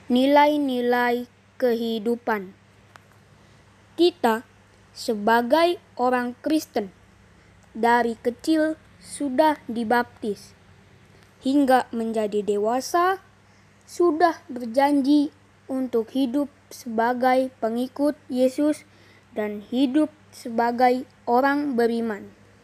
nilai-nilai kehidupan. Kita sebagai orang Kristen dari kecil sudah dibaptis, hingga menjadi dewasa sudah berjanji untuk hidup sebagai pengikut Yesus dan hidup sebagai orang beriman.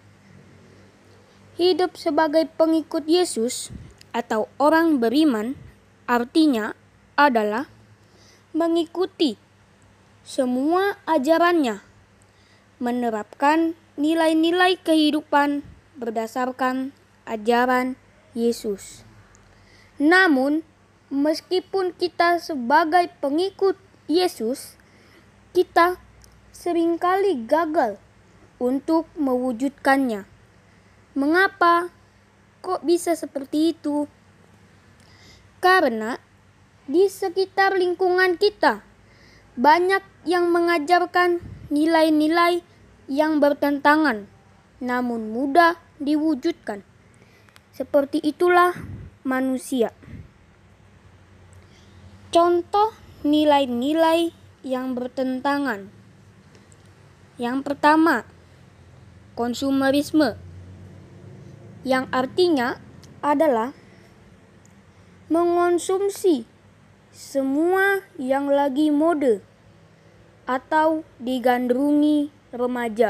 Hidup sebagai pengikut Yesus atau orang beriman artinya adalah mengikuti semua ajarannya, menerapkan nilai-nilai kehidupan berdasarkan ajaran Yesus. Namun, meskipun kita sebagai pengikut Yesus, kita seringkali gagal untuk mewujudkannya. Mengapa kok bisa seperti itu? Karena di sekitar lingkungan kita banyak yang mengajarkan nilai-nilai yang bertentangan, namun mudah diwujudkan. Seperti itulah manusia. Contoh nilai-nilai yang bertentangan. Yang pertama, konsumerisme, yang artinya adalah mengonsumsi semua yang lagi mode atau digandrungi remaja.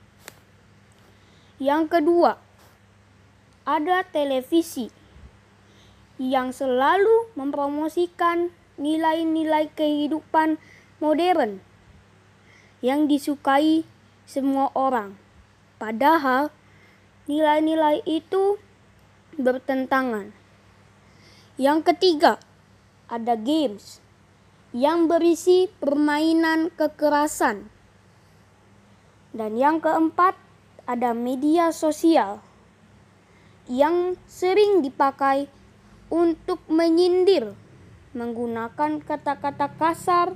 Yang kedua, ada televisi yang selalu mempromosikan nilai-nilai kehidupan modern yang disukai semua orang. Padahal nilai-nilai itu bertentangan. Yang ketiga, ada games yang berisi permainan kekerasan. Dan yang keempat, ada media sosial yang sering dipakai untuk menyindir, menggunakan kata-kata kasar.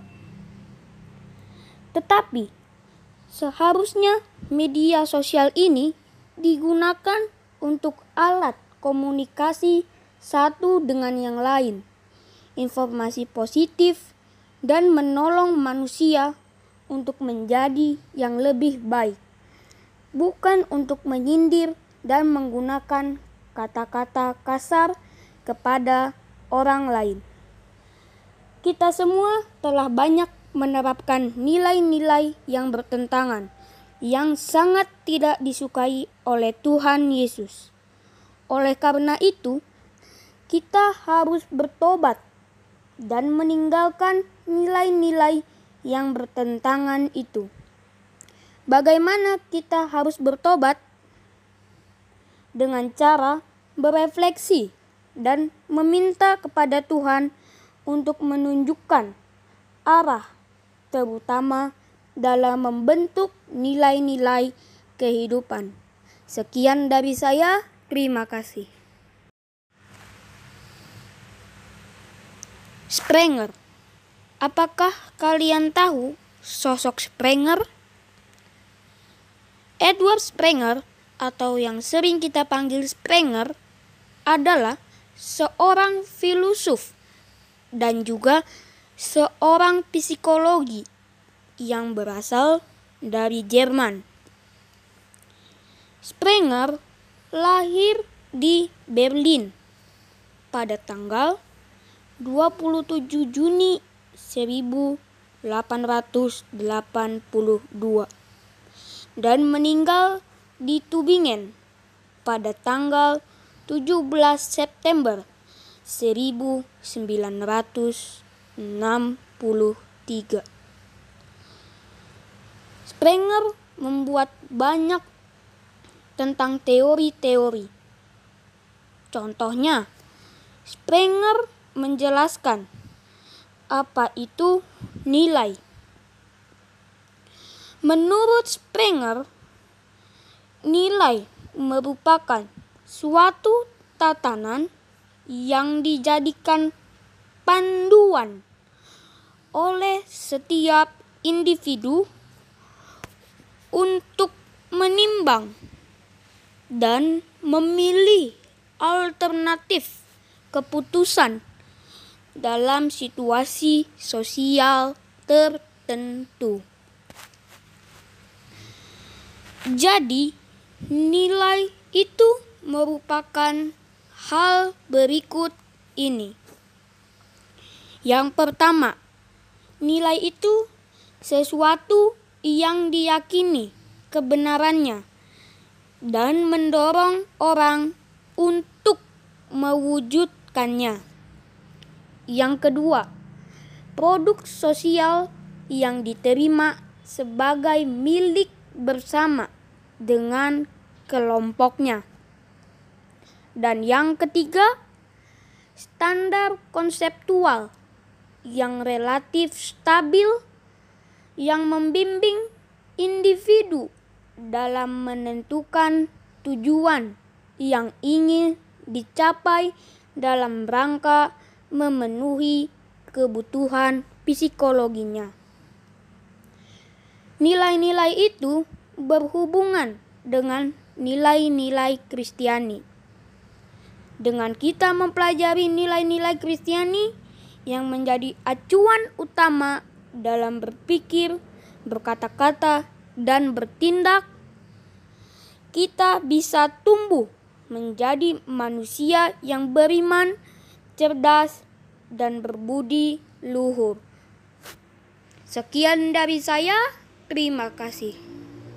Tetapi seharusnya media sosial ini digunakan untuk alat komunikasi satu dengan yang lain, informasi positif, dan menolong manusia untuk menjadi yang lebih baik, bukan untuk menyindir dan menggunakan kata-kata kasar kepada orang lain. Kita semua telah banyak menerapkan nilai-nilai yang bertentangan, yang sangat tidak disukai oleh Tuhan Yesus. Oleh karena itu, kita harus bertobat dan meninggalkan nilai-nilai yang bertentangan itu. Bagaimana kita harus bertobat? Dengan cara berefleksi dan meminta kepada Tuhan untuk menunjukkan arah, terutama dalam membentuk nilai-nilai kehidupan. Sekian dari saya, terima kasih. Sprenger. Apakah kalian tahu sosok Sprenger? Edward Sprenger, atau yang sering kita panggil Sprenger, adalah seorang filosof dan juga seorang psikologi yang berasal dari Jerman. Sprenger lahir di Berlin pada tanggal 27 Juni 1882 dan meninggal di Tübingen pada tanggal 17 September 1963. Sprenger membuat banyak tentang teori-teori. Contohnya, Sprenger menjelaskan apa itu nilai. Menurut Sprenger, nilai merupakan suatu tatanan yang dijadikan panduan oleh setiap individu untuk menimbang dan memilih alternatif keputusan dalam situasi sosial tertentu. Jadi, nilai itu merupakan hal berikut ini. Yang pertama, nilai itu sesuatu yang diyakini kebenarannya dan mendorong orang untuk mewujudkannya. Yang kedua, produk sosial yang diterima sebagai milik bersama dengan kelompoknya. Dan yang ketiga, standar konseptual yang relatif stabil yang membimbing individu dalam menentukan tujuan yang ingin dicapai dalam rangka memenuhi kebutuhan psikologinya. Nilai-nilai itu berhubungan dengan nilai-nilai Kristiani. Dengan kita mempelajari nilai-nilai Kristiani yang menjadi acuan utama dalam berpikir, berkata-kata, dan bertindak, kita bisa tumbuh menjadi manusia yang beriman, cerdas, dan berbudi luhur. Sekian dari saya. Terima kasih.